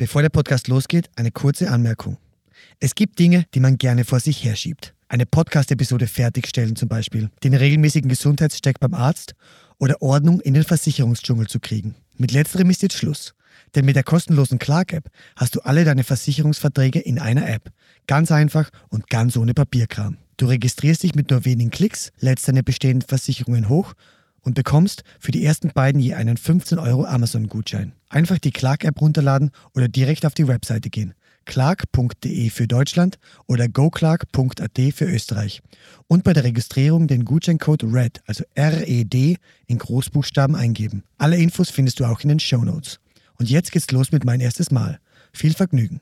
Bevor der Podcast losgeht, eine kurze Anmerkung. Es gibt Dinge, die man gerne vor sich herschiebt. Eine Podcast-Episode fertigstellen zum Beispiel, den regelmäßigen Gesundheitscheck beim Arzt oder Ordnung in den Versicherungsdschungel zu kriegen. Mit letzterem ist jetzt Schluss. Denn mit der kostenlosen Clark-App hast du alle deine Versicherungsverträge in einer App. Ganz einfach und ganz ohne Papierkram. Du registrierst dich mit nur wenigen Klicks, lädst deine bestehenden Versicherungen hoch und bekommst für die ersten beiden je einen 15 € Amazon-Gutschein. Einfach die Clark-App runterladen oder direkt auf die Webseite gehen. clark.de für Deutschland oder goclark.at für Österreich. Und bei der Registrierung den Gutscheincode RED, also RED, in Großbuchstaben eingeben. Alle Infos findest du auch in den Shownotes. Und jetzt geht's los mit Mein erstes Mal. Viel Vergnügen.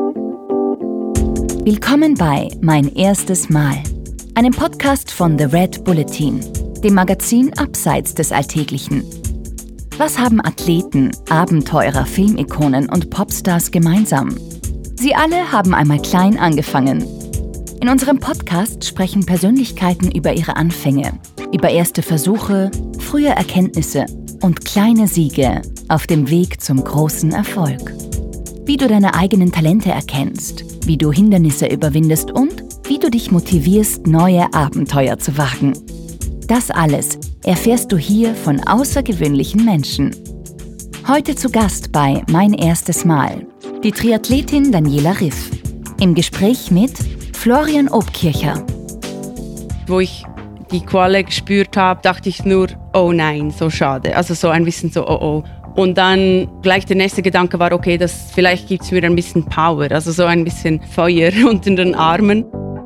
Willkommen bei Mein erstes Mal, einem Podcast von The Red Bulletin, dem Magazin abseits des Alltäglichen. Was haben Athleten, Abenteurer, Filmikonen und Popstars gemeinsam? Sie alle haben einmal klein angefangen. In unserem Podcast sprechen Persönlichkeiten über ihre Anfänge, über erste Versuche, frühe Erkenntnisse und kleine Siege auf dem Weg zum großen Erfolg. Wie du deine eigenen Talente erkennst, wie du Hindernisse überwindest und wie du dich motivierst, neue Abenteuer zu wagen. Das alles erfährst du hier von außergewöhnlichen Menschen. Heute zu Gast bei Mein erstes Mal die Triathletin Daniela Ryf. Im Gespräch mit Florian Obkircher. Wo ich die Qualle gespürt habe, dachte ich nur, oh nein, so schade. Also so ein bisschen so, oh. Und dann gleich der nächste Gedanke war, okay, vielleicht gibt es mir ein bisschen Power, also so ein bisschen Feuer unter den Armen.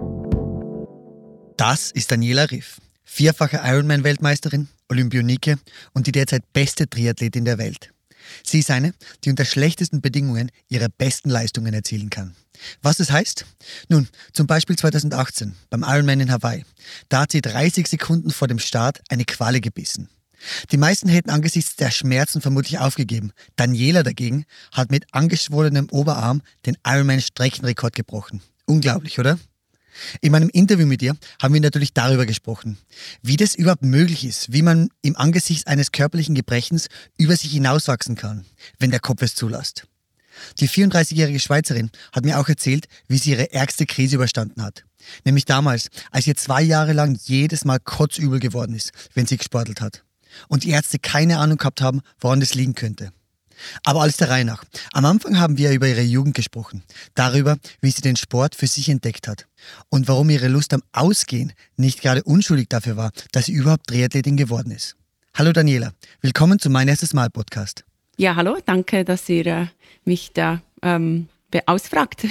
Das ist Daniela Ryf, vierfache Ironman-Weltmeisterin, Olympionike und die derzeit beste Triathletin der Welt. Sie ist eine, die unter schlechtesten Bedingungen ihre besten Leistungen erzielen kann. Was das heißt? Nun, zum Beispiel 2018 beim Ironman in Hawaii. Da hat sie 30 Sekunden vor dem Start eine Qualle gebissen. Die meisten hätten angesichts der Schmerzen vermutlich aufgegeben. Daniela dagegen hat mit angeschwollenem Oberarm den Ironman-Streckenrekord gebrochen. Unglaublich, oder? In meinem Interview mit ihr haben wir natürlich darüber gesprochen, wie das überhaupt möglich ist, wie man im Angesicht eines körperlichen Gebrechens über sich hinauswachsen kann, wenn der Kopf es zulässt. Die 34-jährige Schweizerin hat mir auch erzählt, wie sie ihre ärgste Krise überstanden hat. Nämlich damals, als ihr 2 Jahre lang jedes Mal kotzübel geworden ist, wenn sie gesportelt hat. Und die Ärzte keine Ahnung gehabt haben, woran das liegen könnte. Aber alles der Reihe nach. Am Anfang haben wir über ihre Jugend gesprochen. Darüber, wie sie den Sport für sich entdeckt hat. Und warum ihre Lust am Ausgehen nicht gerade unschuldig dafür war, dass sie überhaupt Triathletin geworden ist. Hallo Daniela, willkommen zu Mein erstes Mal Podcast. Ja, hallo, danke, dass ihr mich da ausfragt.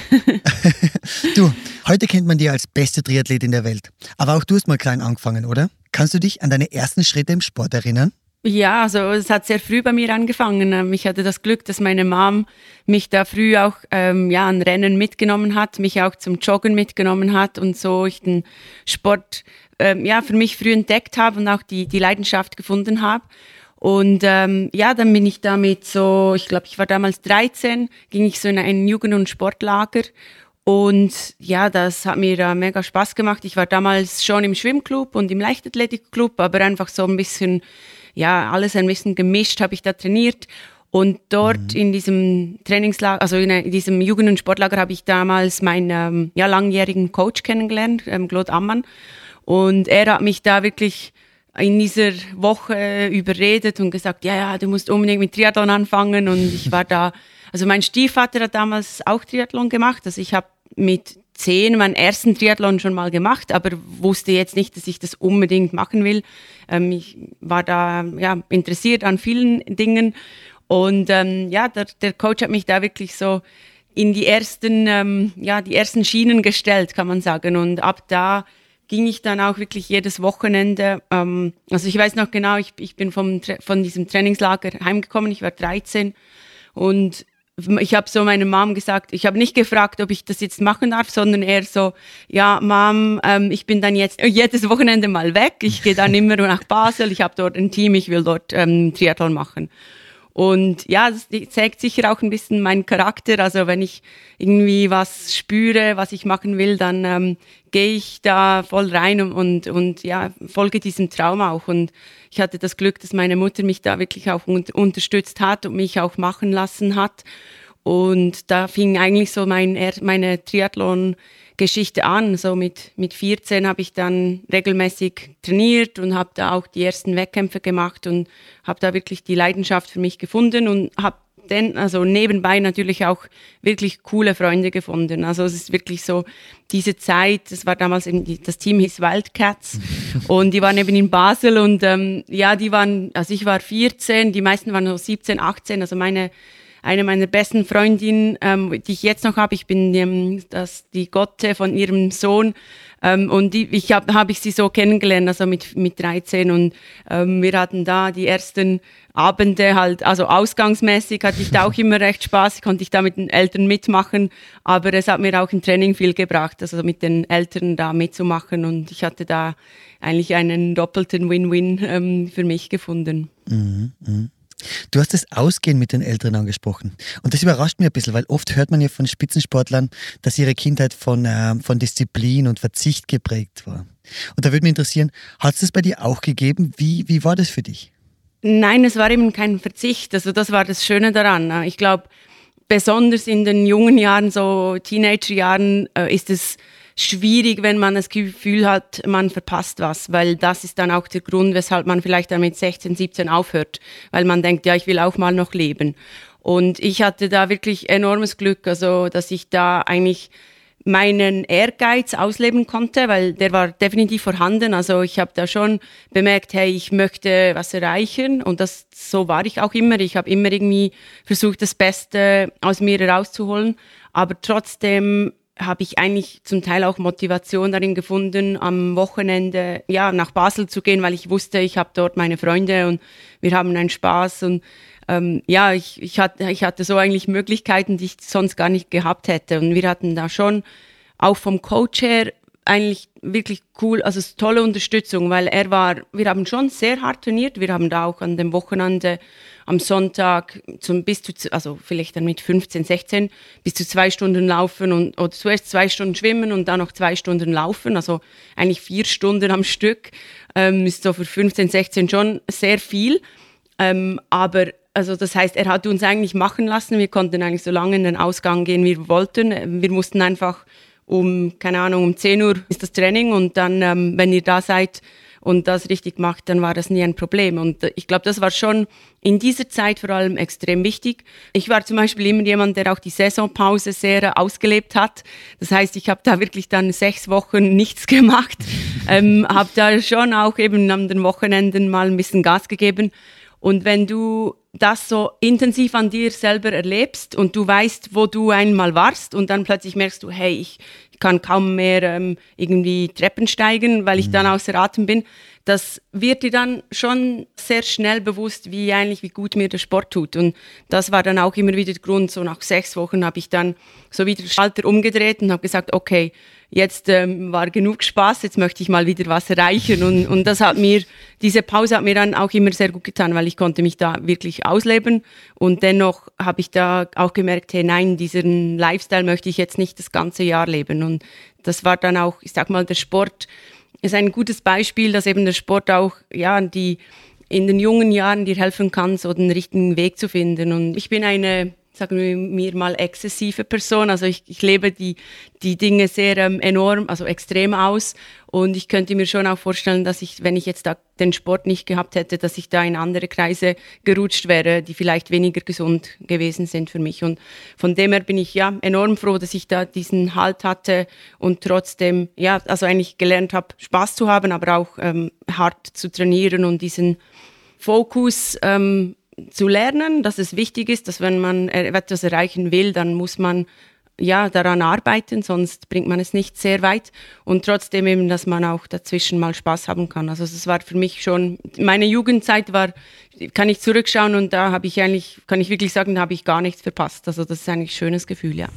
Du, heute kennt man dich als beste Triathletin der Welt. Aber auch du hast mal klein angefangen, oder? Kannst du dich an deine ersten Schritte im Sport erinnern? Ja, also es hat sehr früh bei mir angefangen. Ich hatte das Glück, dass meine Mom mich da früh auch an Rennen mitgenommen hat, mich auch zum Joggen mitgenommen hat und so ich den Sport für mich früh entdeckt habe und auch die Leidenschaft gefunden habe. Und dann bin ich damit so, ich glaube, ich war damals 13, ging ich so in ein Jugend- und Sportlager. Und ja, das hat mir mega Spaß gemacht. Ich war damals schon im Schwimmclub und im Leichtathletikclub, aber einfach so ein bisschen, alles ein bisschen gemischt habe ich da trainiert. Und dort in diesem Trainingslager, also in diesem Jugend- und Sportlager habe ich damals meinen langjährigen Coach kennengelernt, Claude Ammann. Und er hat mich da wirklich in dieser Woche überredet und gesagt, ja, du musst unbedingt mit Triathlon anfangen. Und ich war da, also mein Stiefvater hat damals auch Triathlon gemacht. Also ich habe mit 10 meinen ersten Triathlon schon mal gemacht, aber wusste jetzt nicht, dass ich das unbedingt machen will. Ich war da interessiert an vielen Dingen. Und der Coach hat mich da wirklich so in die ersten Schienen gestellt, kann man sagen. Und ab da ging ich dann auch wirklich jedes Wochenende, also ich weiß noch genau, ich bin von diesem Trainingslager heimgekommen, ich war 13 und ich habe so meiner Mom gesagt, ich habe nicht gefragt, ob ich das jetzt machen darf, sondern eher so, ja Mom, ich bin dann jetzt jedes Wochenende mal weg, ich gehe dann immer nach Basel, ich habe dort ein Team, ich will dort Triathlon machen. Und ja, das zeigt sicher auch ein bisschen meinen Charakter. Also wenn ich irgendwie was spüre, was ich machen will, dann gehe ich da voll rein und folge diesem Traum auch. Und ich hatte das Glück, dass meine Mutter mich da wirklich auch unterstützt hat und mich auch machen lassen hat. Und da fing eigentlich so meine Triathlon-Geschichte an. So mit 14 habe ich dann regelmäßig trainiert und habe da auch die ersten Wettkämpfe gemacht und habe da wirklich die Leidenschaft für mich gefunden und habe also nebenbei natürlich auch wirklich coole Freunde gefunden. Also es ist wirklich so diese Zeit, das war damals eben, das Team hieß Wildcats und die waren eben in Basel und die waren, also ich war 14, die meisten waren so 17, 18, also eine meiner besten Freundinnen, die ich jetzt noch habe, ich bin die Gotte von ihrem Sohn und habe ich sie so kennengelernt, also mit 13 und wir hatten da die ersten Abende halt, also ausgangsmäßig hatte ich da auch immer recht Spaß, konnte ich da mit den Eltern mitmachen, aber es hat mir auch im Training viel gebracht, also mit den Eltern da mitzumachen und ich hatte da eigentlich einen doppelten Win-Win für mich gefunden. Du hast das Ausgehen mit den Eltern angesprochen. Und das überrascht mich ein bisschen, weil oft hört man ja von Spitzensportlern, dass ihre Kindheit von Disziplin und Verzicht geprägt war. Und da würde mich interessieren, hat es das bei dir auch gegeben? Wie war das für dich? Nein, es war eben kein Verzicht. Also das war das Schöne daran. Ich glaube, besonders in den jungen Jahren, so Teenagerjahren, ist es schwierig, wenn man das Gefühl hat, man verpasst was, weil das ist dann auch der Grund, weshalb man vielleicht dann mit 16, 17 aufhört, weil man denkt, ja, ich will auch mal noch leben. Und ich hatte da wirklich enormes Glück, also dass ich da eigentlich meinen Ehrgeiz ausleben konnte, weil der war definitiv vorhanden. Also ich habe da schon bemerkt, hey, ich möchte was erreichen und so war ich auch immer. Ich habe immer irgendwie versucht, das Beste aus mir herauszuholen, aber trotzdem habe ich eigentlich zum Teil auch Motivation darin gefunden, am Wochenende nach Basel zu gehen, weil ich wusste, ich habe dort meine Freunde und wir haben einen Spaß und ich hatte so eigentlich Möglichkeiten, die ich sonst gar nicht gehabt hätte. Und wir hatten da schon auch vom Coach her eigentlich wirklich cool, also tolle Unterstützung, weil wir haben schon sehr hart trainiert. Wir haben da auch an dem Wochenende am Sonntag also vielleicht dann mit 15, 16 bis zu 2 Stunden laufen oder zuerst 2 Stunden schwimmen und dann noch 2 Stunden laufen, also eigentlich 4 Stunden am Stück, ist so für 15, 16 schon sehr viel, aber also das heißt, er hat uns eigentlich machen lassen, wir konnten eigentlich so lange in den Ausgang gehen, wie wir wollten, wir mussten einfach um 10 Uhr ist das Training und dann, wenn ihr da seid und das richtig macht, dann war das nie ein Problem. Und ich glaube, das war schon in dieser Zeit vor allem extrem wichtig. Ich war zum Beispiel immer jemand, der auch die Saisonpause sehr ausgelebt hat. Das heißt, ich habe da wirklich dann 6 Wochen nichts gemacht, habe da schon auch eben an den Wochenenden mal ein bisschen Gas gegeben. Und wenn du das so intensiv an dir selber erlebst und du weißt, wo du einmal warst und dann plötzlich merkst du, hey, ich kann kaum mehr irgendwie Treppen steigen, weil ich dann außer Atem bin, das wird dir dann schon sehr schnell bewusst, wie gut mir der Sport tut. Und das war dann auch immer wieder der Grund, so nach 6 Wochen habe ich dann so wieder den Schalter umgedreht und habe gesagt, okay, jetzt war genug Spaß, jetzt möchte ich mal wieder was erreichen. Und diese Pause hat mir dann auch immer sehr gut getan, weil ich konnte mich da wirklich ausleben. Und dennoch habe ich da auch gemerkt, hey, nein, diesen Lifestyle möchte ich jetzt nicht das ganze Jahr leben. Und das war dann auch, ich sag mal, der Sport ist ein gutes Beispiel, dass eben der Sport auch, in den jungen Jahren dir helfen kann, so den richtigen Weg zu finden. Und ich bin eine, sagen wir mal, exzessive Person. Also ich lebe die Dinge sehr enorm, also extrem aus. Und ich könnte mir schon auch vorstellen, dass wenn ich jetzt da den Sport nicht gehabt hätte, dass ich da in andere Kreise gerutscht wäre, die vielleicht weniger gesund gewesen sind für mich. Und von dem her bin ich enorm froh, dass ich da diesen Halt hatte und trotzdem, also eigentlich gelernt habe, Spaß zu haben, aber auch hart zu trainieren und diesen Fokus zu lernen, dass es wichtig ist, dass wenn man etwas erreichen will, dann muss man daran arbeiten, sonst bringt man es nicht sehr weit und trotzdem eben, dass man auch dazwischen mal Spaß haben kann. Also es war für mich schon, meine Jugendzeit kann ich zurückschauen und da kann ich wirklich sagen, da habe ich gar nichts verpasst. Also das ist eigentlich ein schönes Gefühl, ja.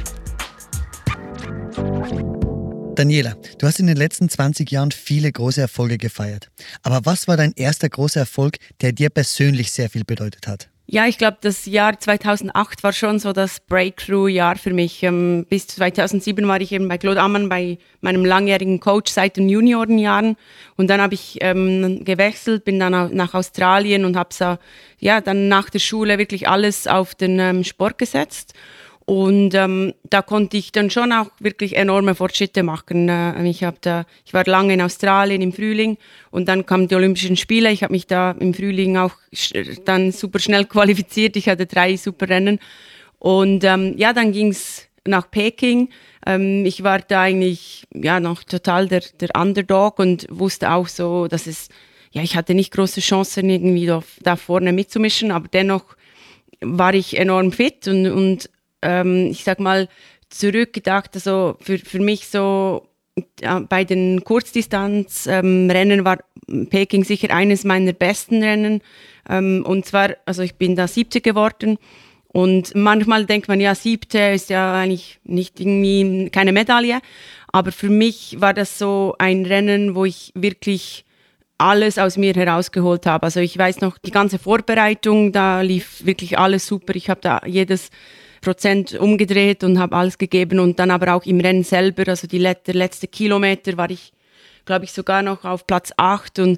Daniela, du hast in den letzten 20 Jahren viele große Erfolge gefeiert. Aber was war dein erster großer Erfolg, der dir persönlich sehr viel bedeutet hat? Ja, ich glaube, das Jahr 2008 war schon so das Breakthrough-Jahr für mich. Bis 2007 war ich eben bei Claude Ammann, bei meinem langjährigen Coach seit den Juniorenjahren. Und dann habe ich gewechselt, bin dann nach Australien und habe dann nach der Schule wirklich alles auf den Sport gesetzt. Und da konnte ich dann schon auch wirklich enorme Fortschritte machen. Ich war lange in Australien im Frühling und dann kamen die Olympischen Spiele. Ich habe mich da im Frühling auch dann super schnell qualifiziert. Ich hatte 3 super Rennen. Und dann ging es nach Peking. Ich war da eigentlich noch total der Underdog und wusste auch so, dass ich hatte nicht große Chancen, irgendwie da vorne mitzumischen, aber dennoch war ich enorm fit und ich sag mal, zurückgedacht, also für mich so bei den Kurzdistanzrennen war Peking sicher eines meiner besten Rennen. Und zwar, also ich bin da 7. geworden. Und manchmal denkt man, 7. ist ja eigentlich nicht irgendwie keine Medaille. Aber für mich war das so ein Rennen, wo ich wirklich alles aus mir herausgeholt habe. Also ich weiß noch, die ganze Vorbereitung, da lief wirklich alles super. Ich habe da jedes Prozent umgedreht und habe alles gegeben und dann aber auch im Rennen selber, also der letzte Kilometer war ich, glaube ich, sogar noch auf Platz 8 und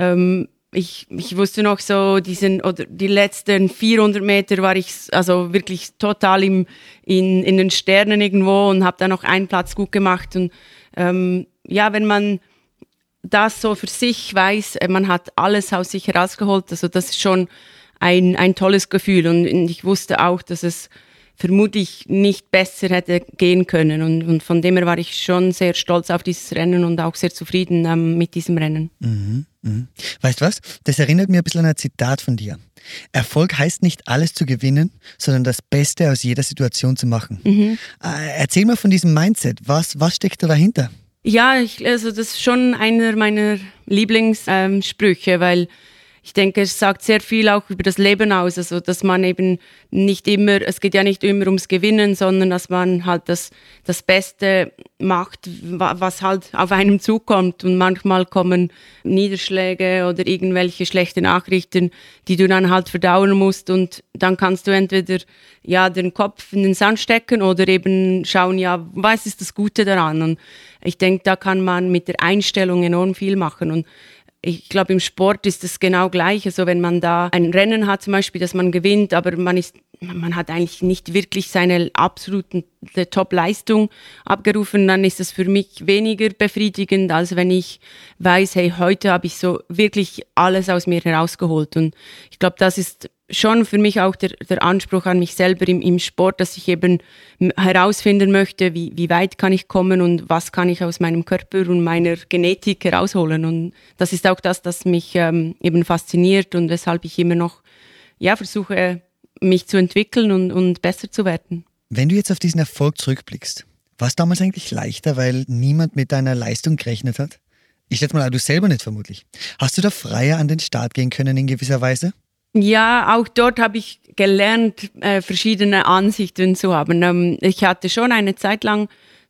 ich wusste noch so die letzten 400 Meter war ich also wirklich total in den Sternen irgendwo und habe da noch einen Platz gut gemacht und wenn man das so für sich weiß, man hat alles aus sich herausgeholt, also das ist schon ein tolles Gefühl und ich wusste auch, dass es vermutlich nicht besser hätte gehen können. Und von dem her war ich schon sehr stolz auf dieses Rennen und auch sehr zufrieden mit diesem Rennen. Weißt du was? Das erinnert mich ein bisschen an ein Zitat von dir. Erfolg heißt nicht alles zu gewinnen, sondern das Beste aus jeder Situation zu machen. Erzähl mal von diesem Mindset. Was steckt da dahinter? Ja, also das ist schon einer meiner Lieblingssprüche, weil ich denke, es sagt sehr viel auch über das Leben aus, also dass man eben nicht immer, es geht ja nicht immer ums Gewinnen, sondern dass man halt das Beste macht, was halt auf einem zukommt und manchmal kommen Niederschläge oder irgendwelche schlechte Nachrichten, die du dann halt verdauen musst und dann kannst du entweder den Kopf in den Sand stecken oder eben schauen, was ist das Gute daran und ich denke, da kann man mit der Einstellung enorm viel machen und ich glaube, im Sport ist es genau gleich. Also wenn man da ein Rennen hat zum Beispiel, dass man gewinnt, aber man hat eigentlich nicht wirklich seine absolute Top-Leistung abgerufen, dann ist das für mich weniger befriedigend, als wenn ich weiß, hey, heute habe ich so wirklich alles aus mir herausgeholt. Und ich glaube, das ist schon für mich auch der Anspruch an mich selber im Sport, dass ich eben herausfinden möchte, wie weit kann ich kommen und was kann ich aus meinem Körper und meiner Genetik herausholen. Und das ist auch das mich eben fasziniert und weshalb ich immer noch versuche, mich zu entwickeln und besser zu werden. Wenn du jetzt auf diesen Erfolg zurückblickst, war es damals eigentlich leichter, weil niemand mit deiner Leistung gerechnet hat? Ich schätze mal, du selber nicht vermutlich. Hast du da freier an den Start gehen können in gewisser Weise? Ja, auch dort habe ich gelernt, verschiedene Ansichten zu haben. Ich hatte schon eine Zeit lang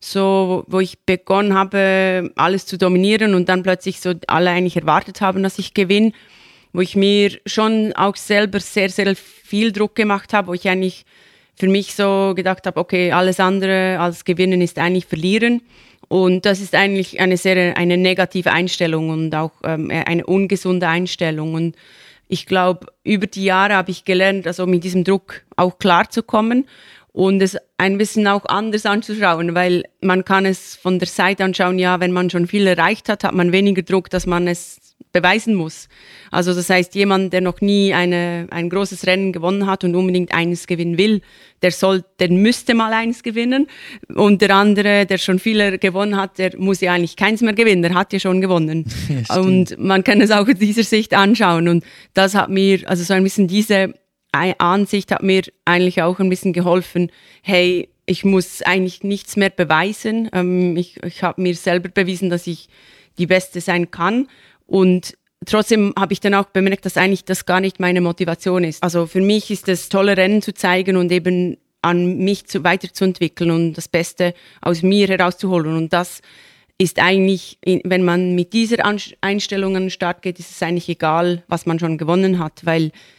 so, wo ich begonnen habe, alles zu dominieren und dann plötzlich so alle eigentlich erwartet haben, dass ich gewinne, wo ich mir schon auch selber sehr, sehr viel Druck gemacht habe, wo ich eigentlich für mich so gedacht habe, okay, alles andere als gewinnen ist eigentlich verlieren. Und das ist eigentlich eine negative Einstellung und auch eine ungesunde Einstellung. Und ich glaube, über die Jahre habe ich gelernt, also mit diesem Druck auch klarzukommen und es ein bisschen auch anders anzuschauen, weil man kann es von der Seite anschauen, wenn man schon viel erreicht hat, hat man weniger Druck, dass man es beweisen muss. Also das heißt, jemand, der noch nie ein großes Rennen gewonnen hat und unbedingt eines gewinnen will, der müsste mal eines gewinnen. Und der andere, der schon viele gewonnen hat, der muss ja eigentlich keins mehr gewinnen, der hat ja schon gewonnen. Ja, und man kann es auch aus dieser Sicht anschauen. Und das hat mir, also so ein bisschen diese Ansicht hat mir eigentlich auch ein bisschen geholfen, hey, ich muss eigentlich nichts mehr beweisen. Ich habe mir selber bewiesen, dass ich die Beste sein kann. Und trotzdem habe ich dann auch bemerkt, dass eigentlich das gar nicht meine Motivation ist. Also für mich ist es tolle Rennen zu zeigen und eben an mich weiterzuentwickeln und das Beste aus mir herauszuholen. Und das ist eigentlich, wenn man mit dieser Einstellung an den Start geht, ist es eigentlich egal, was man schon gewonnen hat, weil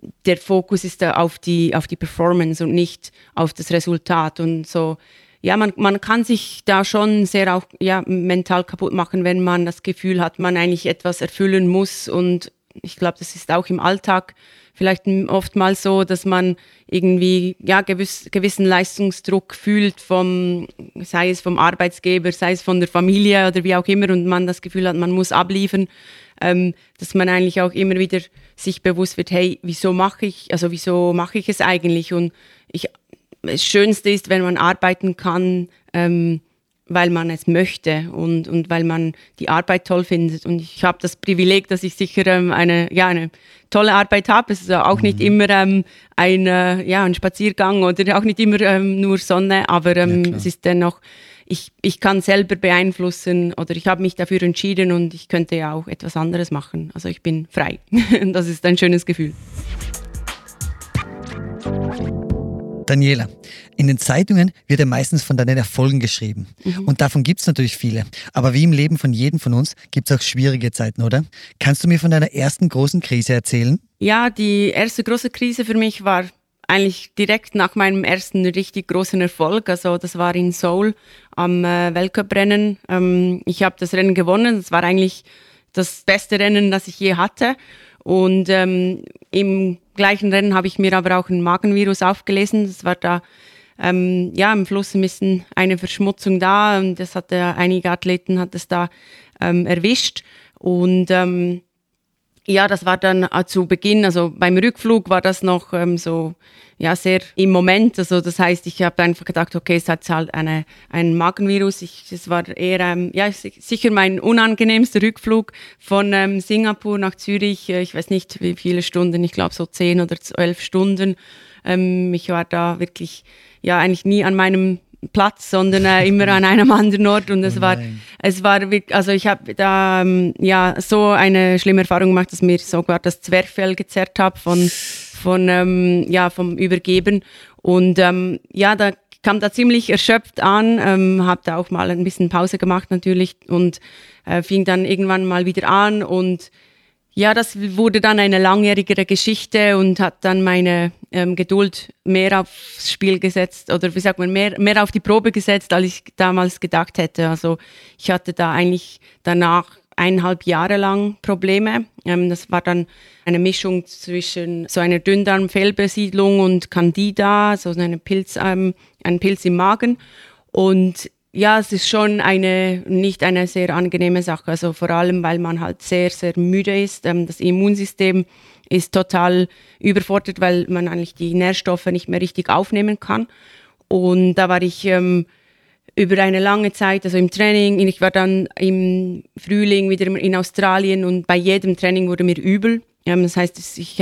der Fokus ist da auf die Performance und nicht auf das Resultat und so. Ja, man kann sich da schon sehr auch mental kaputt machen, wenn man das Gefühl hat, man eigentlich etwas erfüllen muss. Und ich glaube, das ist auch im Alltag vielleicht oftmals so, dass man irgendwie gewissen Leistungsdruck fühlt, sei es vom Arbeitgeber, sei es von der Familie oder wie auch immer, und man das Gefühl hat, man muss abliefern, dass man eigentlich auch immer wieder sich bewusst wird, hey, wieso mache ich es eigentlich? Und das Schönste ist, wenn man arbeiten kann, weil man es möchte und weil man die Arbeit toll findet. Und ich habe das Privileg, dass ich sicher eine tolle Arbeit habe. Es ist auch nicht immer ein Spaziergang oder auch nicht immer nur Sonne, aber es ist dennoch, ich kann selber beeinflussen oder ich habe mich dafür entschieden und ich könnte ja auch etwas anderes machen. Also ich bin frei. Das ist ein schönes Gefühl. Daniela, in den Zeitungen wird ja meistens von deinen Erfolgen geschrieben. Und davon gibt es natürlich viele. Aber wie im Leben von jedem von uns gibt es auch schwierige Zeiten, oder? Kannst du mir von deiner ersten großen Krise erzählen? Ja, die erste große Krise für mich war eigentlich direkt nach meinem ersten richtig großen Erfolg. Also das war in Seoul am Weltcuprennen. Ich habe das Rennen gewonnen. Das war eigentlich das beste Rennen, das ich je hatte. Und im gleichen Rennen habe ich mir aber auch ein Magenvirus aufgelesen. Das war da im Fluss ein bisschen eine Verschmutzung da und das hatte einige Athleten hat es da erwischt. Und das war dann zu Beginn, also beim Rückflug war das noch sehr im Moment. Also das heißt, ich habe einfach gedacht, okay, es hat halt ein Magenvirus. Es war eher sicher mein unangenehmster Rückflug von Singapur nach Zürich. Ich weiß nicht, wie viele Stunden, ich glaube so 10 oder 11 Stunden. Ich war da wirklich eigentlich nie an meinem Platz, sondern immer an einem anderen Ort und es war wirklich, also ich habe da so eine schlimme Erfahrung gemacht, dass mir sogar das Zwerchfell gezerrt habe vom Übergeben und da kam da ziemlich erschöpft an, habe da auch mal ein bisschen Pause gemacht natürlich und fing dann irgendwann mal wieder an und das wurde dann eine langjährigere Geschichte und hat dann meine Geduld mehr aufs Spiel gesetzt oder wie sagt man, mehr auf die Probe gesetzt, als ich damals gedacht hätte. Also ich hatte da eigentlich danach 1,5 Jahre lang Probleme. Das war dann eine Mischung zwischen so einer Dünndarmfehlbesiedlung und Candida, so ein Pilz im Magen. Und es ist schon nicht eine sehr angenehme Sache, also vor allem, weil man halt sehr, sehr müde ist. Das Immunsystem ist total überfordert, weil man eigentlich die Nährstoffe nicht mehr richtig aufnehmen kann. Und da war ich über eine lange Zeit, also im Training, ich war dann im Frühling wieder in Australien und bei jedem Training wurde mir übel. Das heißt, ich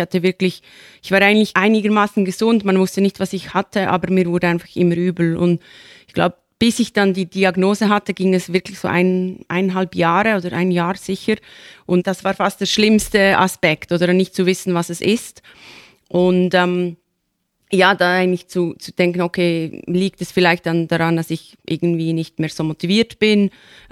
war eigentlich einigermaßen gesund, man wusste nicht, was ich hatte, aber mir wurde einfach immer übel. Und ich glaube, bis ich dann die Diagnose hatte, ging es wirklich so 1,5 Jahre oder 1 Jahr sicher. Und das war fast der schlimmste Aspekt, oder nicht zu wissen, was es ist. Und da eigentlich zu denken, okay, liegt es vielleicht dann daran, dass ich irgendwie nicht mehr so motiviert bin.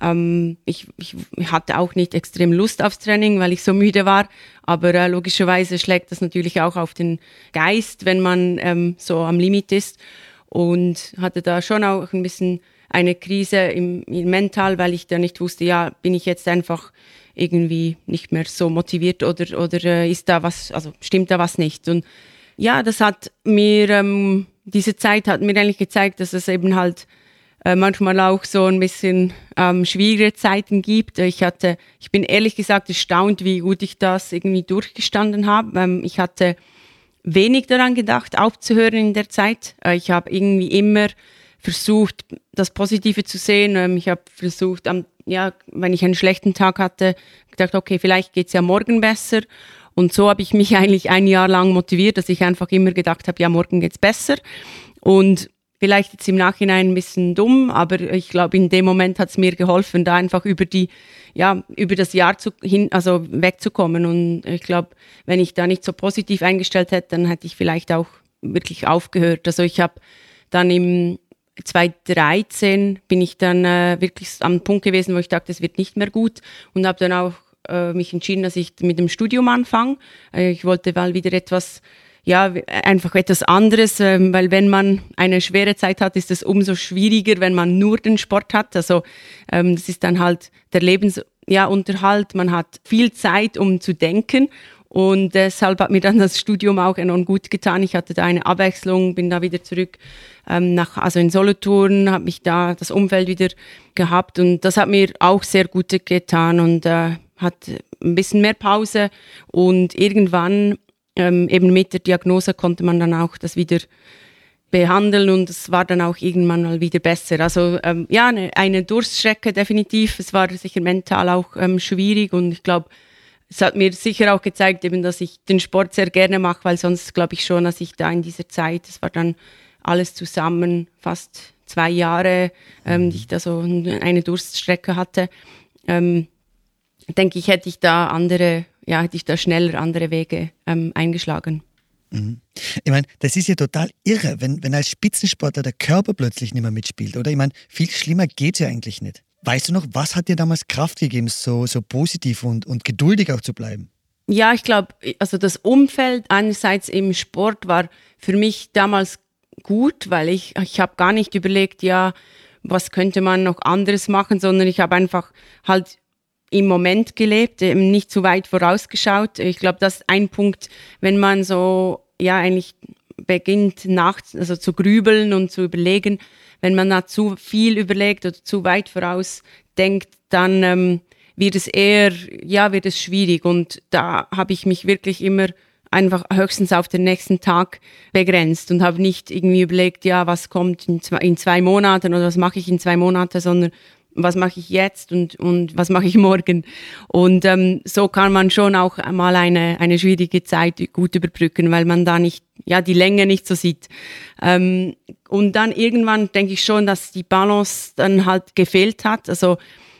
Ich hatte auch nicht extrem Lust aufs Training, weil ich so müde war. Aber logischerweise schlägt das natürlich auch auf den Geist, wenn man so am Limit ist. Und hatte da schon auch ein bisschen eine Krise im mental, weil ich da nicht wusste, bin ich jetzt einfach irgendwie nicht mehr so motiviert oder ist da was, also stimmt da was nicht. Und das hat mir, diese Zeit hat mir eigentlich gezeigt, dass es eben halt manchmal auch so ein bisschen schwierige Zeiten gibt. Ich bin ehrlich gesagt erstaunt, wie gut ich das irgendwie durchgestanden habe. Ich hatte wenig daran gedacht, aufzuhören in der Zeit. Ich habe irgendwie immer versucht, das Positive zu sehen. Ich habe versucht, wenn ich einen schlechten Tag hatte, gedacht, okay, vielleicht geht's ja morgen besser. Und so habe ich mich eigentlich 1 Jahr lang motiviert, dass ich einfach immer gedacht habe, morgen geht's besser. Und vielleicht jetzt im Nachhinein ein bisschen dumm, aber ich glaube, in dem Moment hat es mir geholfen, da einfach über das Jahr wegzukommen. Und ich glaube, wenn ich da nicht so positiv eingestellt hätte, dann hätte ich vielleicht auch wirklich aufgehört. Also ich habe dann im 2013 bin ich dann wirklich am Punkt gewesen, wo ich dachte, es wird nicht mehr gut und habe dann auch mich entschieden, dass ich mit dem Studium anfange. Ich wollte mal wieder einfach etwas anderes, weil wenn man eine schwere Zeit hat, ist es umso schwieriger, wenn man nur den Sport hat. Also das ist dann halt der Lebensunterhalt. Man hat viel Zeit, um zu denken. Und deshalb hat mir dann das Studium auch enorm gut getan. Ich hatte da eine Abwechslung, bin da wieder zurück in Solothurn, habe mich da das Umfeld wieder gehabt und das hat mir auch sehr gut getan und hat ein bisschen mehr Pause und irgendwann eben mit der Diagnose konnte man dann auch das wieder behandeln und es war dann auch irgendwann mal wieder besser. Also eine Durststrecke definitiv. Es war sicher mental auch schwierig und ich glaube, es hat mir sicher auch gezeigt, eben, dass ich den Sport sehr gerne mache, weil sonst glaube ich schon, dass ich da in dieser Zeit, das war dann alles zusammen, fast 2 Jahre, die ich da so eine Durststrecke hatte, denke ich, hätte ich da schneller andere Wege eingeschlagen. Mhm. Ich meine, das ist ja total irre, wenn als Spitzensportler der Körper plötzlich nicht mehr mitspielt, oder? Ich meine, viel schlimmer geht es ja eigentlich nicht. Weißt du noch, was hat dir damals Kraft gegeben, so positiv und geduldig auch zu bleiben? Ja, ich glaube, also das Umfeld einerseits im Sport war für mich damals gut, weil ich habe gar nicht überlegt, was könnte man noch anderes machen, sondern ich habe einfach halt im Moment gelebt, eben nicht zu weit vorausgeschaut. Ich glaube, das ist ein Punkt, wenn man so eigentlich beginnt zu grübeln und zu überlegen, wenn man da zu viel überlegt oder zu weit voraus denkt, dann wird es schwierig. Und da habe ich mich wirklich immer einfach höchstens auf den nächsten Tag begrenzt und habe nicht irgendwie überlegt, was kommt in 2 Monaten oder was mache ich in 2 Monaten, sondern was mache ich jetzt und was mache ich morgen. Und so kann man schon auch mal eine schwierige Zeit gut überbrücken, weil man da nicht, die Länge nicht so sieht. Und dann irgendwann denke ich schon, dass die Balance dann halt gefehlt hat. Also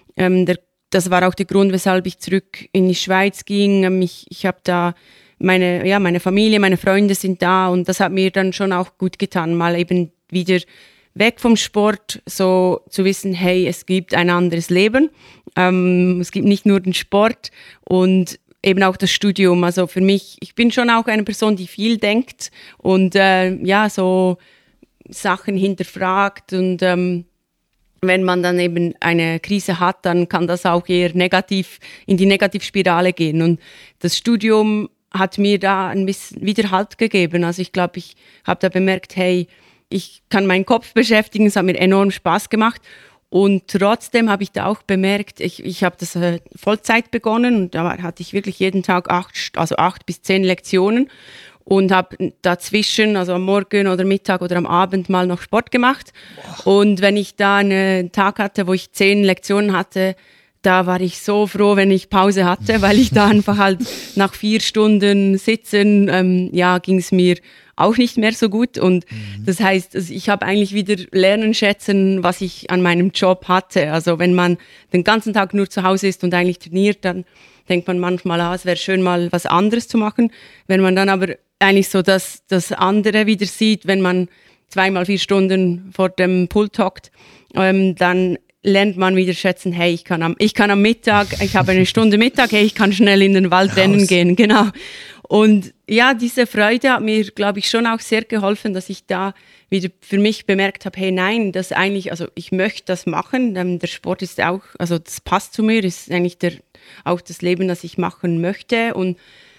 das war auch der Grund, weshalb ich zurück in die Schweiz ging. Ich habe da meine Familie, meine Freunde sind da und das hat mir dann schon auch gut getan, mal eben wieder weg vom Sport, so zu wissen, hey, es gibt ein anderes Leben. Es gibt nicht nur den Sport und eben auch das Studium. Also für mich, ich bin schon auch eine Person, die viel denkt und so Sachen hinterfragt und wenn man dann eben eine Krise hat, dann kann das auch eher negativ in die Negativspirale gehen. Und das Studium hat mir da ein bisschen wieder Halt gegeben. Also ich glaube, ich habe da bemerkt, hey, ich kann meinen Kopf beschäftigen, es hat mir enorm Spaß gemacht und trotzdem habe ich da auch bemerkt, ich habe das Vollzeit begonnen und da hatte ich wirklich jeden Tag 8 bis 10 Lektionen und habe dazwischen, also am Morgen oder Mittag oder am Abend mal noch Sport gemacht. Und wenn ich da einen Tag hatte, wo ich 10 Lektionen hatte, da war ich so froh, wenn ich Pause hatte, weil ich da einfach halt nach 4 Stunden Sitzen, ging es mir auch nicht mehr so gut. Und das heißt, ich habe eigentlich wieder lernen schätzen, was ich an meinem Job hatte. Also wenn man den ganzen Tag nur zu Hause ist und eigentlich trainiert, dann denkt man manchmal, es wäre schön, mal was anderes zu machen. Wenn man dann aber eigentlich so das andere wieder sieht, wenn man 2 mal 4 Stunden vor dem Pult hockt, dann lernt man wieder schätzen, hey, ich kann am Mittag, ich habe eine Stunde Mittag, hey, ich kann schnell in den Wald rennen gehen, genau. Und ja, diese Freude hat mir, glaube ich, schon auch sehr geholfen, dass ich da wieder für mich bemerkt habe, hey, nein, das eigentlich, also ich möchte das machen, der Sport ist auch, also das passt zu mir, ist eigentlich auch das Leben, das ich machen möchte und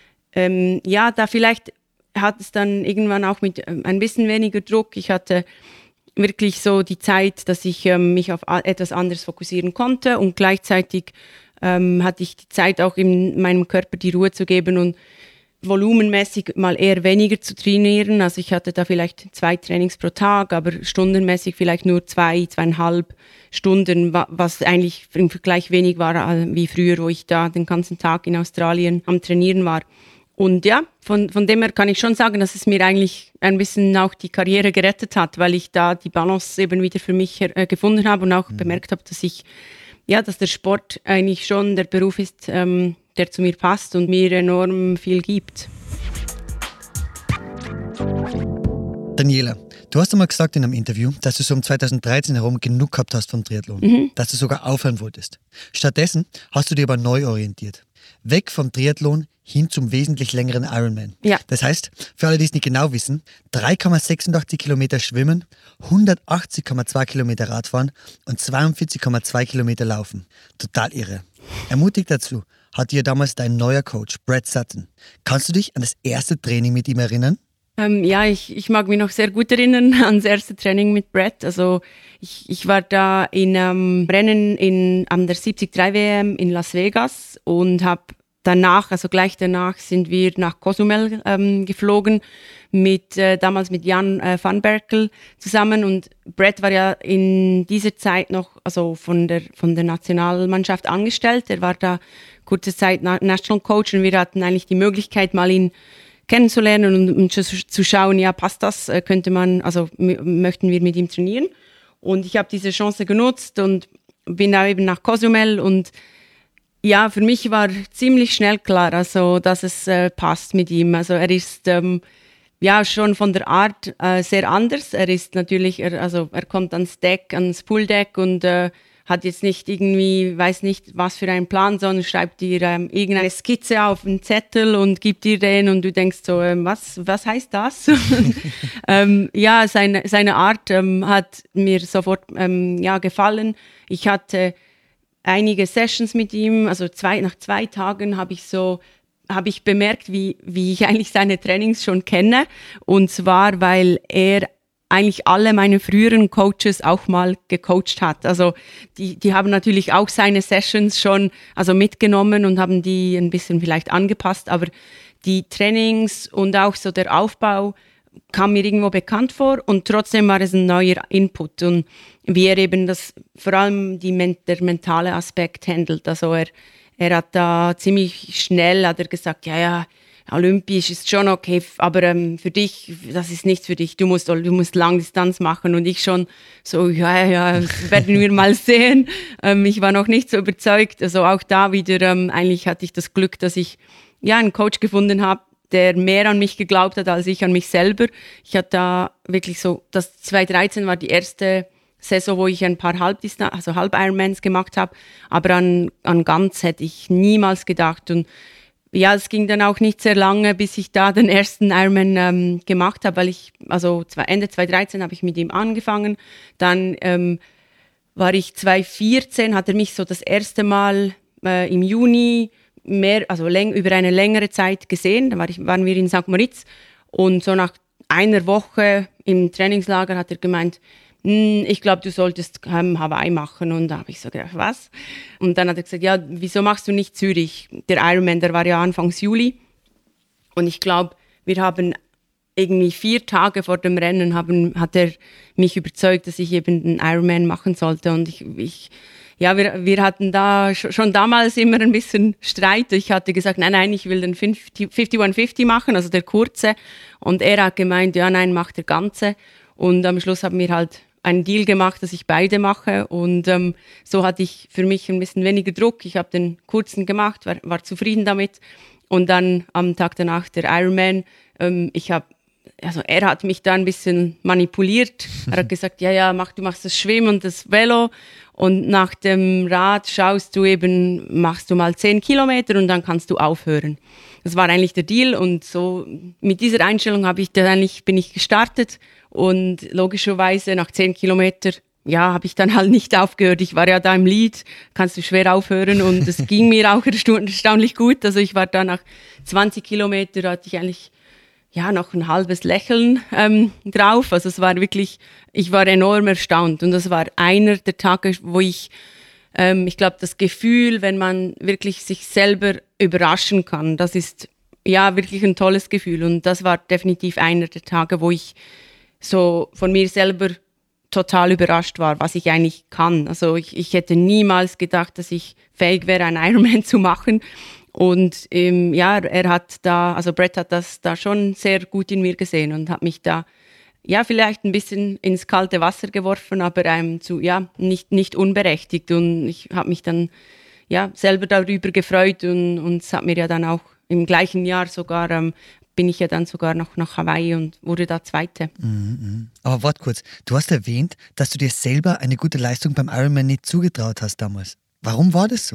da vielleicht hat es dann irgendwann auch mit ein bisschen weniger Druck, ich hatte wirklich so die Zeit, dass ich mich auf etwas anderes fokussieren konnte und gleichzeitig hatte ich die Zeit auch in meinem Körper die Ruhe zu geben und volumenmäßig mal eher weniger zu trainieren. Also ich hatte da vielleicht 2 Trainings pro Tag, aber stundenmäßig vielleicht nur 2,5 Stunden, was eigentlich im Vergleich wenig war wie früher, wo ich da den ganzen Tag in Australien am Trainieren war. Und ja, von dem her kann ich schon sagen, dass es mir eigentlich ein bisschen auch die Karriere gerettet hat, weil ich da die Balance eben wieder für mich gefunden habe und auch bemerkt habe, dass der Sport eigentlich schon der Beruf ist, der zu mir passt und mir enorm viel gibt. Daniela, du hast einmal gesagt in einem Interview, dass du so um 2013 herum genug gehabt hast vom Triathlon, dass du sogar aufhören wolltest. Stattdessen hast du dich aber neu orientiert. Weg vom Triathlon hin zum wesentlich längeren Ironman. Ja. Das heißt, für alle, die es nicht genau wissen, 3,86 Kilometer schwimmen, 180,2 Kilometer Radfahren und 42,2 Kilometer laufen. Total irre. Ermutigt dazu hat dir damals dein neuer Coach, Brad Sutton. Kannst du dich an das erste Training mit ihm erinnern? Ja, ich mag mich noch sehr gut erinnern an das erste Training mit Brad. Also ich war da in Rennen an der 73 WM in Las Vegas und habe danach, also gleich danach, sind wir nach Cozumel geflogen damals mit Jan van Berkel zusammen, und Brad war ja in dieser Zeit noch also von der Nationalmannschaft angestellt. Er war da kurze Zeit National Coach, und wir hatten eigentlich die Möglichkeit, mal ihn kennenzulernen und zu schauen, ja, passt das, möchten wir mit ihm trainieren. Und ich habe diese Chance genutzt und bin da eben nach Cozumel, und ja, für mich war ziemlich schnell klar, also, dass es passt mit ihm. Also er ist schon von der Art sehr anders. Er ist natürlich, er kommt ans Pooldeck und hat jetzt nicht irgendwie, weiß nicht, was für einen Plan, sondern schreibt dir irgendeine Skizze auf einen Zettel und gibt dir den, und du denkst so, was heißt das? Seine Art hat mir sofort gefallen. Ich hatte einige Sessions mit ihm, also nach 2 Tagen habe ich bemerkt, wie ich eigentlich seine Trainings schon kenne, und zwar, weil er eigentlich alle meine früheren Coaches auch mal gecoacht hat. Also die haben natürlich auch seine Sessions schon mitgenommen und haben die ein bisschen vielleicht angepasst, aber die Trainings und auch so der Aufbau kam mir irgendwo bekannt vor, und trotzdem war es ein neuer Input, und wie er eben vor allem der mentale Aspekt handelt. Also er hat da ziemlich schnell gesagt, ja, olympisch ist schon okay, aber für dich, das ist nichts für dich, du musst Langdistanz machen, und ich schon so, ja, das werden wir mal sehen. Ich war noch nicht so überzeugt, also auch da wieder, eigentlich hatte ich das Glück, dass ich einen Coach gefunden habe, der mehr an mich geglaubt hat als ich an mich selber. Ich hatte da wirklich so, das 2013 war die erste Saison, wo ich ein paar Halb-Ironmans gemacht habe, aber an ganz hätte ich niemals gedacht. Und ja, es ging dann auch nicht sehr lange, bis ich da den ersten Ironman gemacht habe, weil Ende 2013 habe ich mit ihm angefangen. Dann war ich 2014, hat er mich so das erste Mal im Juni über eine längere Zeit gesehen. Da waren wir in St. Moritz, und so nach einer Woche im Trainingslager hat er gemeint, ich glaube, du solltest Hawaii machen. Und da habe ich so gedacht, was? Und dann hat er gesagt, ja, wieso machst du nicht Zürich? Der Ironman, der war ja Anfangs Juli. Und ich glaube, wir haben irgendwie 4 Tage vor dem Rennen hat er mich überzeugt, dass ich eben den Ironman machen sollte. Und wir hatten da schon damals immer ein bisschen Streit. Ich hatte gesagt, nein, ich will den 5150 machen, also der kurze. Und er hat gemeint, ja, nein, mach der ganze. Und am Schluss haben wir halt einen Deal gemacht, dass ich beide mache. Und so hatte ich für mich ein bisschen weniger Druck. Ich habe den kurzen gemacht, war zufrieden damit. Und dann am Tag danach der Ironman. Er hat mich da ein bisschen manipuliert. Er hat gesagt, ja, du machst das Schwimmen und das Velo. Und nach dem Rad machst du mal 10 Kilometer und dann kannst du aufhören. Das war eigentlich der Deal, und so mit dieser Einstellung bin ich gestartet, und logischerweise nach 10 Kilometer habe ich dann halt nicht aufgehört. Ich war ja da im Lead, kannst du schwer aufhören, und es ging mir auch erstaunlich gut. Also ich war da nach 20 Kilometern, hatte ich eigentlich noch ein halbes Lächeln drauf. Also es war wirklich, ich war enorm erstaunt, und das war einer der Tage, wo ich glaube, das Gefühl, wenn man wirklich sich selber überraschen kann, das ist wirklich ein tolles Gefühl, und das war definitiv einer der Tage, wo ich so von mir selber total überrascht war, was ich eigentlich kann. Also ich hätte niemals gedacht, dass ich fähig wäre, einen Ironman zu machen. Und Brad hat das da schon sehr gut in mir gesehen und hat mich da vielleicht ein bisschen ins kalte Wasser geworfen, aber nicht unberechtigt. Und ich habe mich dann selber darüber gefreut, und es hat mir ja dann auch im gleichen Jahr sogar bin ich ja dann sogar noch nach Hawaii und wurde da Zweite. Aber warte kurz, du hast erwähnt, dass du dir selber eine gute Leistung beim Ironman nicht zugetraut hast damals. Warum war das so?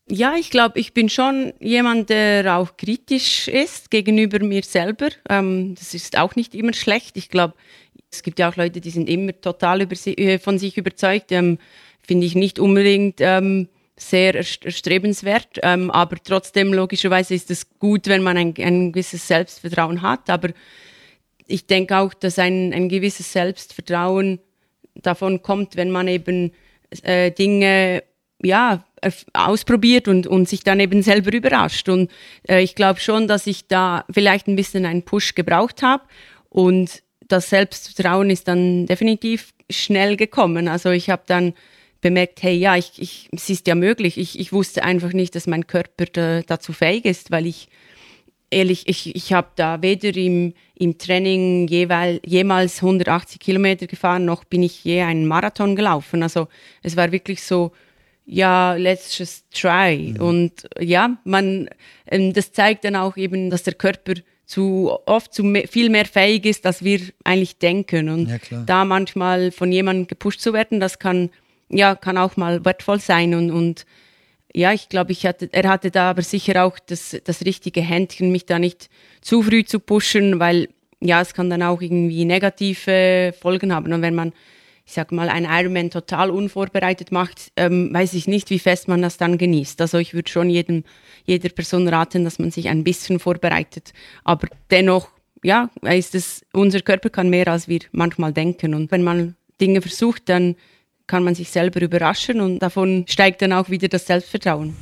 Ja, ich glaube, ich bin schon jemand, der auch kritisch ist gegenüber mir selber. Das ist auch nicht immer schlecht. Ich glaube, es gibt ja auch Leute, die sind immer total von sich überzeugt. Finde ich nicht unbedingt sehr erstrebenswert. Aber trotzdem, logischerweise, ist es gut, wenn man ein gewisses Selbstvertrauen hat. Aber ich denke auch, dass ein gewisses Selbstvertrauen davon kommt, wenn man eben Dinge ausprobiert und sich dann eben selber überrascht. Und ich glaube schon, dass ich da vielleicht ein bisschen einen Push gebraucht habe. Und das Selbstvertrauen ist dann definitiv schnell gekommen. Also ich habe dann bemerkt, hey, ja, es ist ja möglich. Ich wusste einfach nicht, dass mein Körper dazu fähig ist, weil ich habe da weder im Training jemals 180 Kilometer gefahren, noch bin ich je einen Marathon gelaufen. Also es war wirklich so, ja, let's just try. Und ja, das zeigt dann auch eben, dass der Körper oft viel mehr fähig ist, als wir eigentlich denken. Und da manchmal von jemandem gepusht zu werden, das kann auch mal wertvoll sein. Und ja, ich glaube, er hatte da aber sicher auch das richtige Händchen, mich da nicht zu früh zu pushen, weil ja, es kann dann auch irgendwie negative Folgen haben. Und wenn man, ich sag mal, einen Ironman total unvorbereitet macht, weiß ich nicht, wie fest man das dann genießt. Also ich würde schon jeder Person raten, dass man sich ein bisschen vorbereitet. Aber dennoch, ja, unser Körper kann mehr, als wir manchmal denken. Und wenn man Dinge versucht, dann kann man sich selber überraschen und davon steigt dann auch wieder das Selbstvertrauen.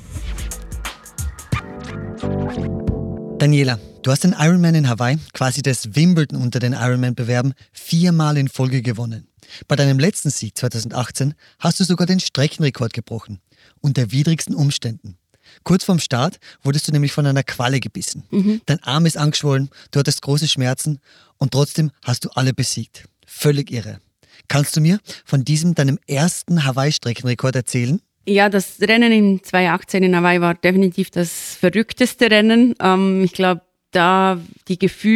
Daniela, du hast den Ironman in Hawaii, quasi das Wimbledon unter den Ironman-Bewerben, 4-mal in Folge gewonnen. Bei deinem letzten Sieg 2018 hast du sogar den Streckenrekord gebrochen. Unter widrigsten Umständen. Kurz vorm Start wurdest du nämlich von einer Qualle gebissen. Dein Arm ist angeschwollen, du hattest große Schmerzen und trotzdem hast du alle besiegt. Völlig irre. Kannst du mir von deinem ersten Hawaii-Streckenrekord erzählen? Ja, das Rennen in 2018 in Hawaii war definitiv das verrückteste Rennen. Ich glaube, da die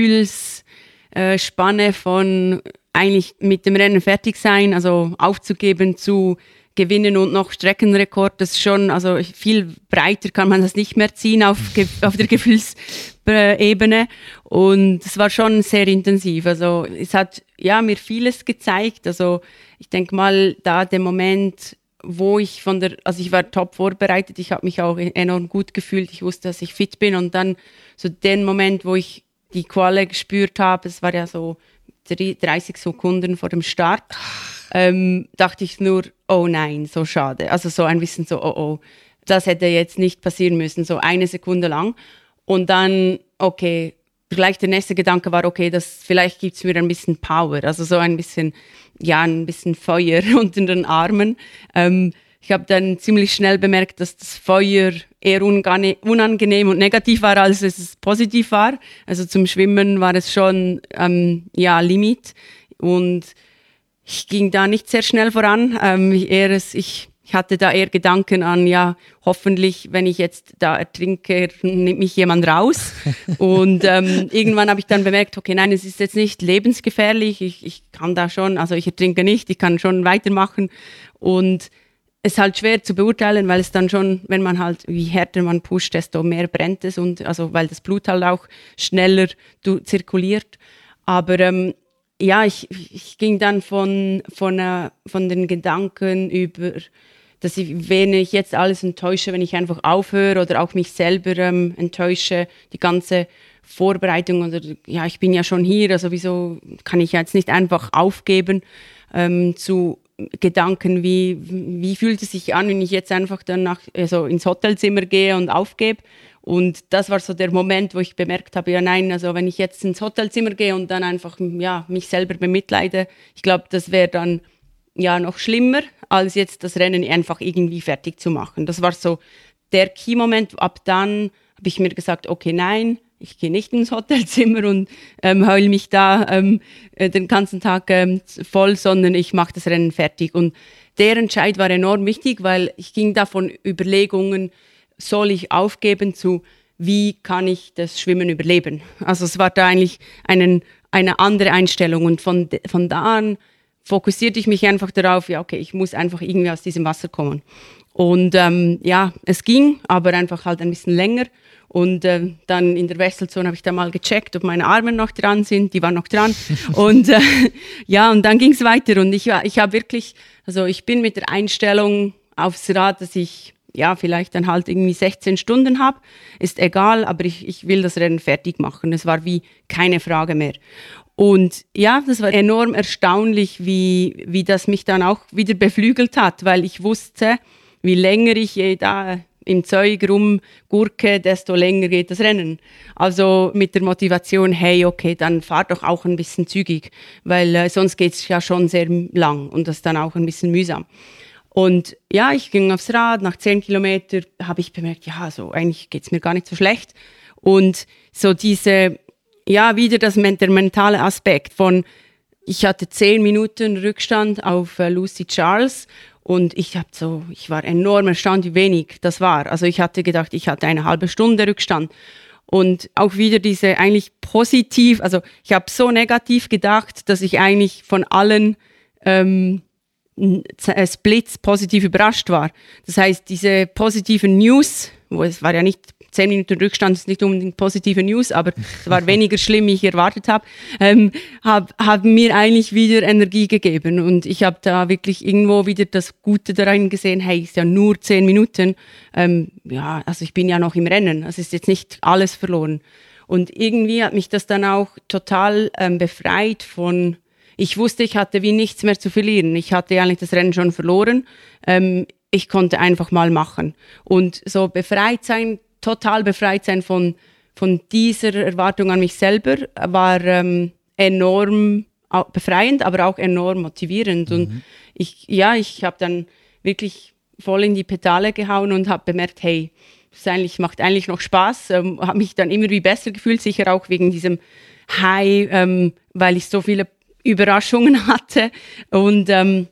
Gefühlsspanne von eigentlich mit dem Rennen fertig sein, also aufzugeben zu gewinnen und noch Streckenrekord, das ist schon, also viel breiter kann man das nicht mehr ziehen auf der Gefühlsebene. Und es war schon sehr intensiv. Also es hat mir vieles gezeigt. Also ich denke mal, da der Moment, wo ich ich war top vorbereitet, ich habe mich auch enorm gut gefühlt, ich wusste, dass ich fit bin. Und dann so den Moment, wo ich die Qualle gespürt habe, es war ja so 30 Sekunden vor dem Start, dachte ich nur, oh nein, so schade. Also so ein bisschen so, oh, das hätte jetzt nicht passieren müssen, so eine Sekunde lang. Und dann, okay, gleich der nächste Gedanke war, okay, vielleicht gibt es mir ein bisschen Power, also so ein bisschen Feuer unter den Armen. Ich habe dann ziemlich schnell bemerkt, dass das Feuer eher unangenehm und negativ war, als es positiv war. Also zum Schwimmen war es schon Limit. Und ich ging da nicht sehr schnell voran. Ich hatte da eher Gedanken an, hoffentlich, wenn ich jetzt da ertrinke, nimmt mich jemand raus. Und irgendwann habe ich dann bemerkt, okay, nein, es ist jetzt nicht lebensgefährlich. Ich kann da schon, also ich ertrinke nicht, ich kann schon weitermachen. Und es ist halt schwer zu beurteilen, weil es dann schon, wenn man halt, wie härter man pusht, desto mehr brennt es. Und also weil das Blut halt auch schneller zirkuliert. Aber ich ging dann von den Gedanken über, dass wenn ich jetzt alles enttäusche, wenn ich einfach aufhöre oder auch mich selber enttäusche, die ganze Vorbereitung oder ich bin ja schon hier, also wieso kann ich jetzt nicht einfach aufgeben, zu Gedanken, wie fühlt es sich an, wenn ich jetzt einfach dann ins Hotelzimmer gehe und aufgebe. Und das war so der Moment, wo ich bemerkt habe, also wenn ich jetzt ins Hotelzimmer gehe und dann einfach mich selber bemitleide, ich glaube, das wäre dann noch schlimmer, als jetzt das Rennen einfach irgendwie fertig zu machen. Das war so der Key-Moment. Ab dann habe ich mir gesagt, okay, nein, ich gehe nicht ins Hotelzimmer und heule mich da den ganzen Tag voll, sondern ich mache das Rennen fertig. Und der Entscheid war enorm wichtig, weil ich ging da von Überlegungen, soll ich aufgeben zu, wie kann ich das Schwimmen überleben? Also es war da eigentlich eine andere Einstellung und von da an fokussierte ich mich einfach darauf, ja okay, ich muss einfach irgendwie aus diesem Wasser kommen. Und es ging, aber einfach halt ein bisschen länger. Und dann in der Wesselzone habe ich da mal gecheckt, ob meine Arme noch dran sind. Die waren noch dran. Und und dann ging es weiter. Und ich habe wirklich, also ich bin mit der Einstellung aufs Rad, dass ich vielleicht dann halt irgendwie 16 Stunden habe. Ist egal, aber ich will das Rennen fertig machen. Es war wie keine Frage mehr. Und ja, das war enorm erstaunlich, wie das mich dann auch wieder beflügelt hat, weil ich wusste, wie länger ich da im Zeug rumgurke, desto länger geht das Rennen. Also mit der Motivation, hey, okay, dann fahr doch auch ein bisschen zügig, weil sonst geht es ja schon sehr lang und das ist dann auch ein bisschen mühsam. Und ja, ich ging aufs Rad, nach 10 Kilometern habe ich bemerkt, ja, so eigentlich geht es mir gar nicht so schlecht. Und so wieder der mentale Aspekt von, ich hatte 10 Minuten Rückstand auf Lucy Charles und ich war enorm erstaunt, wie wenig das war. Also ich hatte gedacht, ich hatte eine halbe Stunde Rückstand. Und auch wieder diese eigentlich positiv, also ich habe so negativ gedacht, dass ich eigentlich von allen Splits positiv überrascht war. Das heißt, diese positiven News, es war ja nicht 10 Minuten Rückstand, ist nicht unbedingt positive News, aber es war weniger schlimm, wie ich erwartet habe, haben mir eigentlich wieder Energie gegeben. Und ich habe da wirklich irgendwo wieder das Gute daran gesehen, hey, ist ja nur 10 Minuten. Also ich bin ja noch im Rennen, es ist jetzt nicht alles verloren. Und irgendwie hat mich das dann auch total befreit von, ich wusste, ich hatte wie nichts mehr zu verlieren. Ich hatte eigentlich das Rennen schon verloren. Ich konnte einfach mal machen. Und so total befreit sein von dieser Erwartung an mich selber, war enorm befreiend, aber auch enorm motivierend. Und ich habe dann wirklich voll in die Pedale gehauen und habe bemerkt, hey, das macht eigentlich noch Spaß. Habe mich dann immer wie besser gefühlt, sicher auch wegen diesem High, weil ich so viele Überraschungen hatte. Und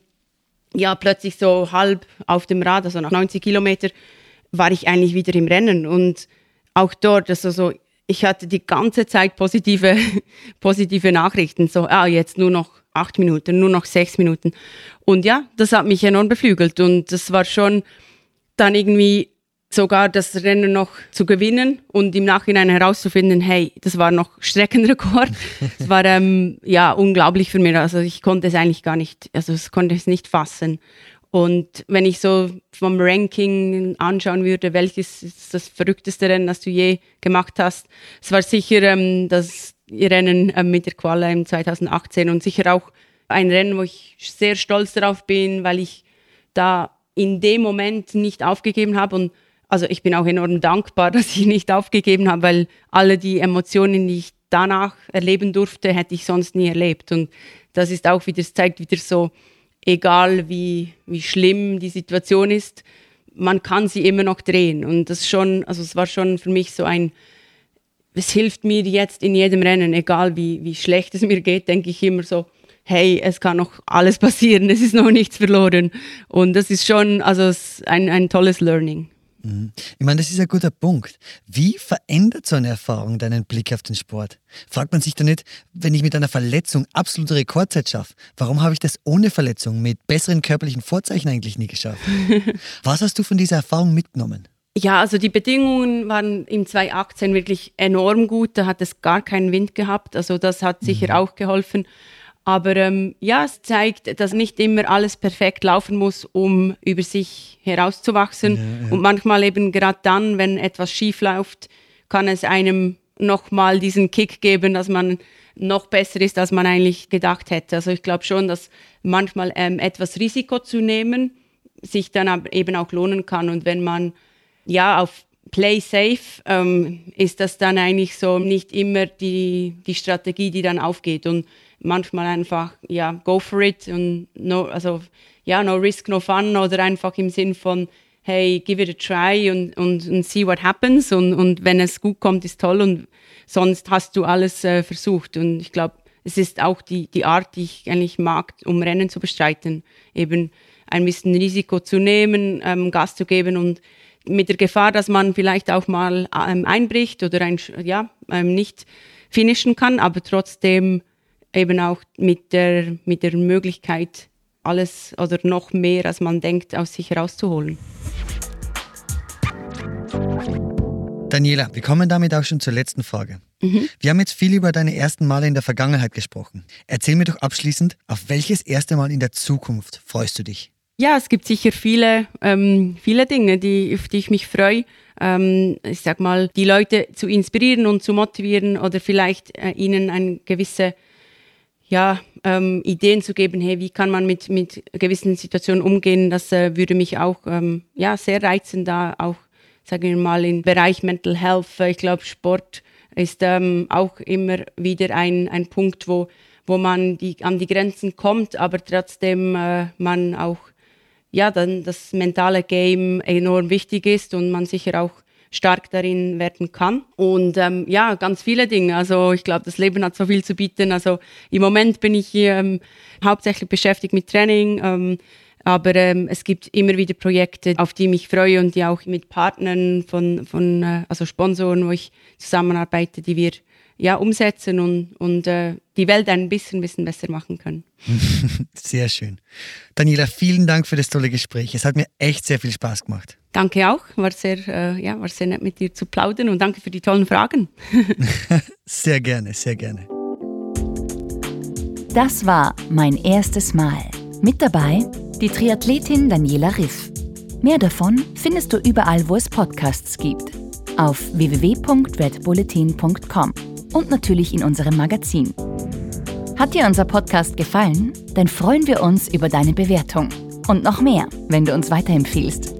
plötzlich so halb auf dem Rad, also nach 90 Kilometern, war ich eigentlich wieder im Rennen. Und auch dort, ich hatte die ganze Zeit positive Nachrichten. So, jetzt nur noch 8 Minuten, nur noch 6 Minuten. Und ja, das hat mich enorm beflügelt. Und das war schon dann irgendwie sogar das Rennen noch zu gewinnen und im Nachhinein herauszufinden, hey, das war noch Streckenrekord. Das war unglaublich für mich. Also ich konnte es eigentlich gar nicht, konnte es nicht fassen. Und wenn ich so vom Ranking anschauen würde, welches ist das verrückteste Rennen, das du je gemacht hast, es war sicher das Rennen mit der Quali im 2018 und sicher auch ein Rennen, wo ich sehr stolz darauf bin, weil ich da in dem Moment nicht aufgegeben habe. Und also ich bin auch enorm dankbar, dass ich nicht aufgegeben habe, weil alle die Emotionen, die ich danach erleben durfte, hätte ich sonst nie erlebt. Und das ist auch wieder, es zeigt wieder so, egal wie schlimm die Situation ist, man kann sie immer noch drehen. Und das schon, also es war schon für mich so es hilft mir jetzt in jedem Rennen, egal wie schlecht es mir geht, denke ich immer so, hey, es kann noch alles passieren, es ist noch nichts verloren. Und das ist schon ein tolles Learning. Ich meine, das ist ein guter Punkt. Wie verändert so eine Erfahrung deinen Blick auf den Sport? Fragt man sich da nicht, wenn ich mit einer Verletzung absolute Rekordzeit schaffe, warum habe ich das ohne Verletzung mit besseren körperlichen Vorzeichen eigentlich nie geschafft? Was hast du von dieser Erfahrung mitgenommen? Ja, also die Bedingungen waren im 2018 wirklich enorm gut. Da hat es gar keinen Wind gehabt. Also das hat sicher auch geholfen. Aber es zeigt, dass nicht immer alles perfekt laufen muss, um über sich herauszuwachsen. Ja. Und manchmal eben gerade dann, wenn etwas schief läuft, kann es einem nochmal diesen Kick geben, dass man noch besser ist, als man eigentlich gedacht hätte. Also ich glaube schon, dass manchmal etwas Risiko zu nehmen sich dann aber eben auch lohnen kann. Und wenn man auf Play safe ist das dann eigentlich so nicht immer die Strategie, die dann aufgeht. Und manchmal einfach, go for it und no risk, no fun oder einfach im Sinn von, hey, give it a try und see what happens und wenn es gut kommt, ist toll und sonst hast du alles versucht. Und ich glaube, es ist auch die Art, die ich eigentlich mag, um Rennen zu bestreiten, eben ein bisschen Risiko zu nehmen, Gas zu geben und mit der Gefahr, dass man vielleicht auch mal einbricht oder nicht finishen kann, aber trotzdem eben auch mit der Möglichkeit, alles oder noch mehr, als man denkt, aus sich herauszuholen. Daniela, wir kommen damit auch schon zur letzten Frage. Wir haben jetzt viel über deine ersten Male in der Vergangenheit gesprochen. Erzähl mir doch abschließend, auf welches erste Mal in der Zukunft freust du dich? Ja, es gibt sicher viele Dinge, auf die ich mich freue. Ich sag mal, die Leute zu inspirieren und zu motivieren oder vielleicht ihnen eine gewisse Ideen zu geben, hey, wie kann man mit gewissen Situationen umgehen, das würde mich auch sehr reizen, da auch, sagen wir mal, im Bereich Mental Health. Ich glaube, Sport ist auch immer wieder ein Punkt, wo man an die Grenzen kommt, aber trotzdem man auch dann das mentale Game enorm wichtig ist und man sicher auch stark darin werden kann. Und ganz viele Dinge. Also ich glaube, das Leben hat so viel zu bieten. Also im Moment bin ich hauptsächlich beschäftigt mit Training, aber es gibt immer wieder Projekte, auf die ich mich freue und die auch mit Partnern von Sponsoren, wo ich zusammenarbeite, die wir umsetzen und die Welt ein bisschen besser machen können. Sehr schön. Daniela, vielen Dank für das tolle Gespräch. Es hat mir echt sehr viel Spaß gemacht. Danke auch. War sehr nett mit dir zu plaudern und danke für die tollen Fragen. Sehr gerne, sehr gerne. Das war mein erstes Mal. Mit dabei die Triathletin Daniela Riff. Mehr davon findest du überall, wo es Podcasts gibt. Auf www.redbulletin.com und natürlich in unserem Magazin. Hat dir unser Podcast gefallen? Dann freuen wir uns über deine Bewertung. Und noch mehr, wenn du uns weiterempfiehlst.